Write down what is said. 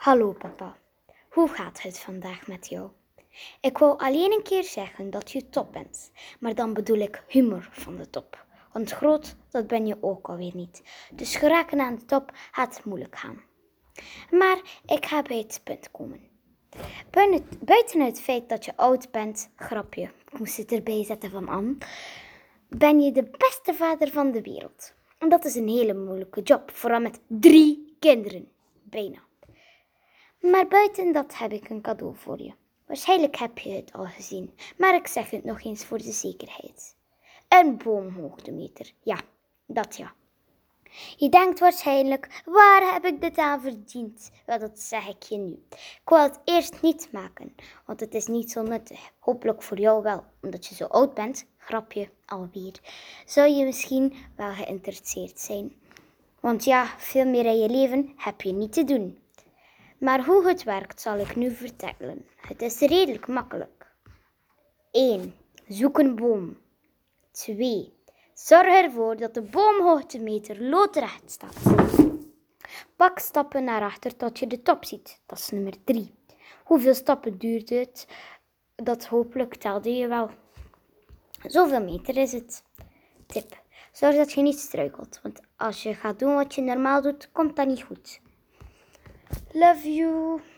Hallo papa, hoe gaat het vandaag met jou? Ik wou alleen een keer zeggen dat je top bent, maar dan bedoel ik humor van de top. Want groot, dat ben je ook alweer niet. Dus geraken aan de top gaat moeilijk gaan. Maar ik ga bij het punt komen. Buiten het feit dat je oud bent, grapje, ik moest het erbij zetten van Anne, ben je de beste vader van de wereld. En dat is een hele moeilijke job, vooral met 3 kinderen, bijna. Maar buiten dat heb ik een cadeau voor je. Waarschijnlijk heb je het al gezien, maar ik zeg het nog eens voor de zekerheid. Een boomhoogtemeter, ja, dat ja. Je denkt waarschijnlijk, waar heb ik dit aan verdiend? Wel, dat zeg ik je nu. Ik wil het eerst niet maken, want het is niet zo nuttig. Hopelijk voor jou wel, omdat je zo oud bent. Grapje, alweer. Zou je misschien wel geïnteresseerd zijn? Want ja, veel meer in je leven heb je niet te doen. Maar hoe het werkt zal ik nu vertellen. Het is redelijk makkelijk. 1. Zoek een boom. 2. Zorg ervoor dat de boomhoogtemeter loodrecht staat. Pak stappen naar achter tot je de top ziet. Dat is nummer 3. Hoeveel stappen duurt het? Dat hopelijk telde je wel. Zoveel meter is het. Tip. Zorg dat je niet struikelt. Want als je gaat doen wat je normaal doet, komt dat niet goed. Love you.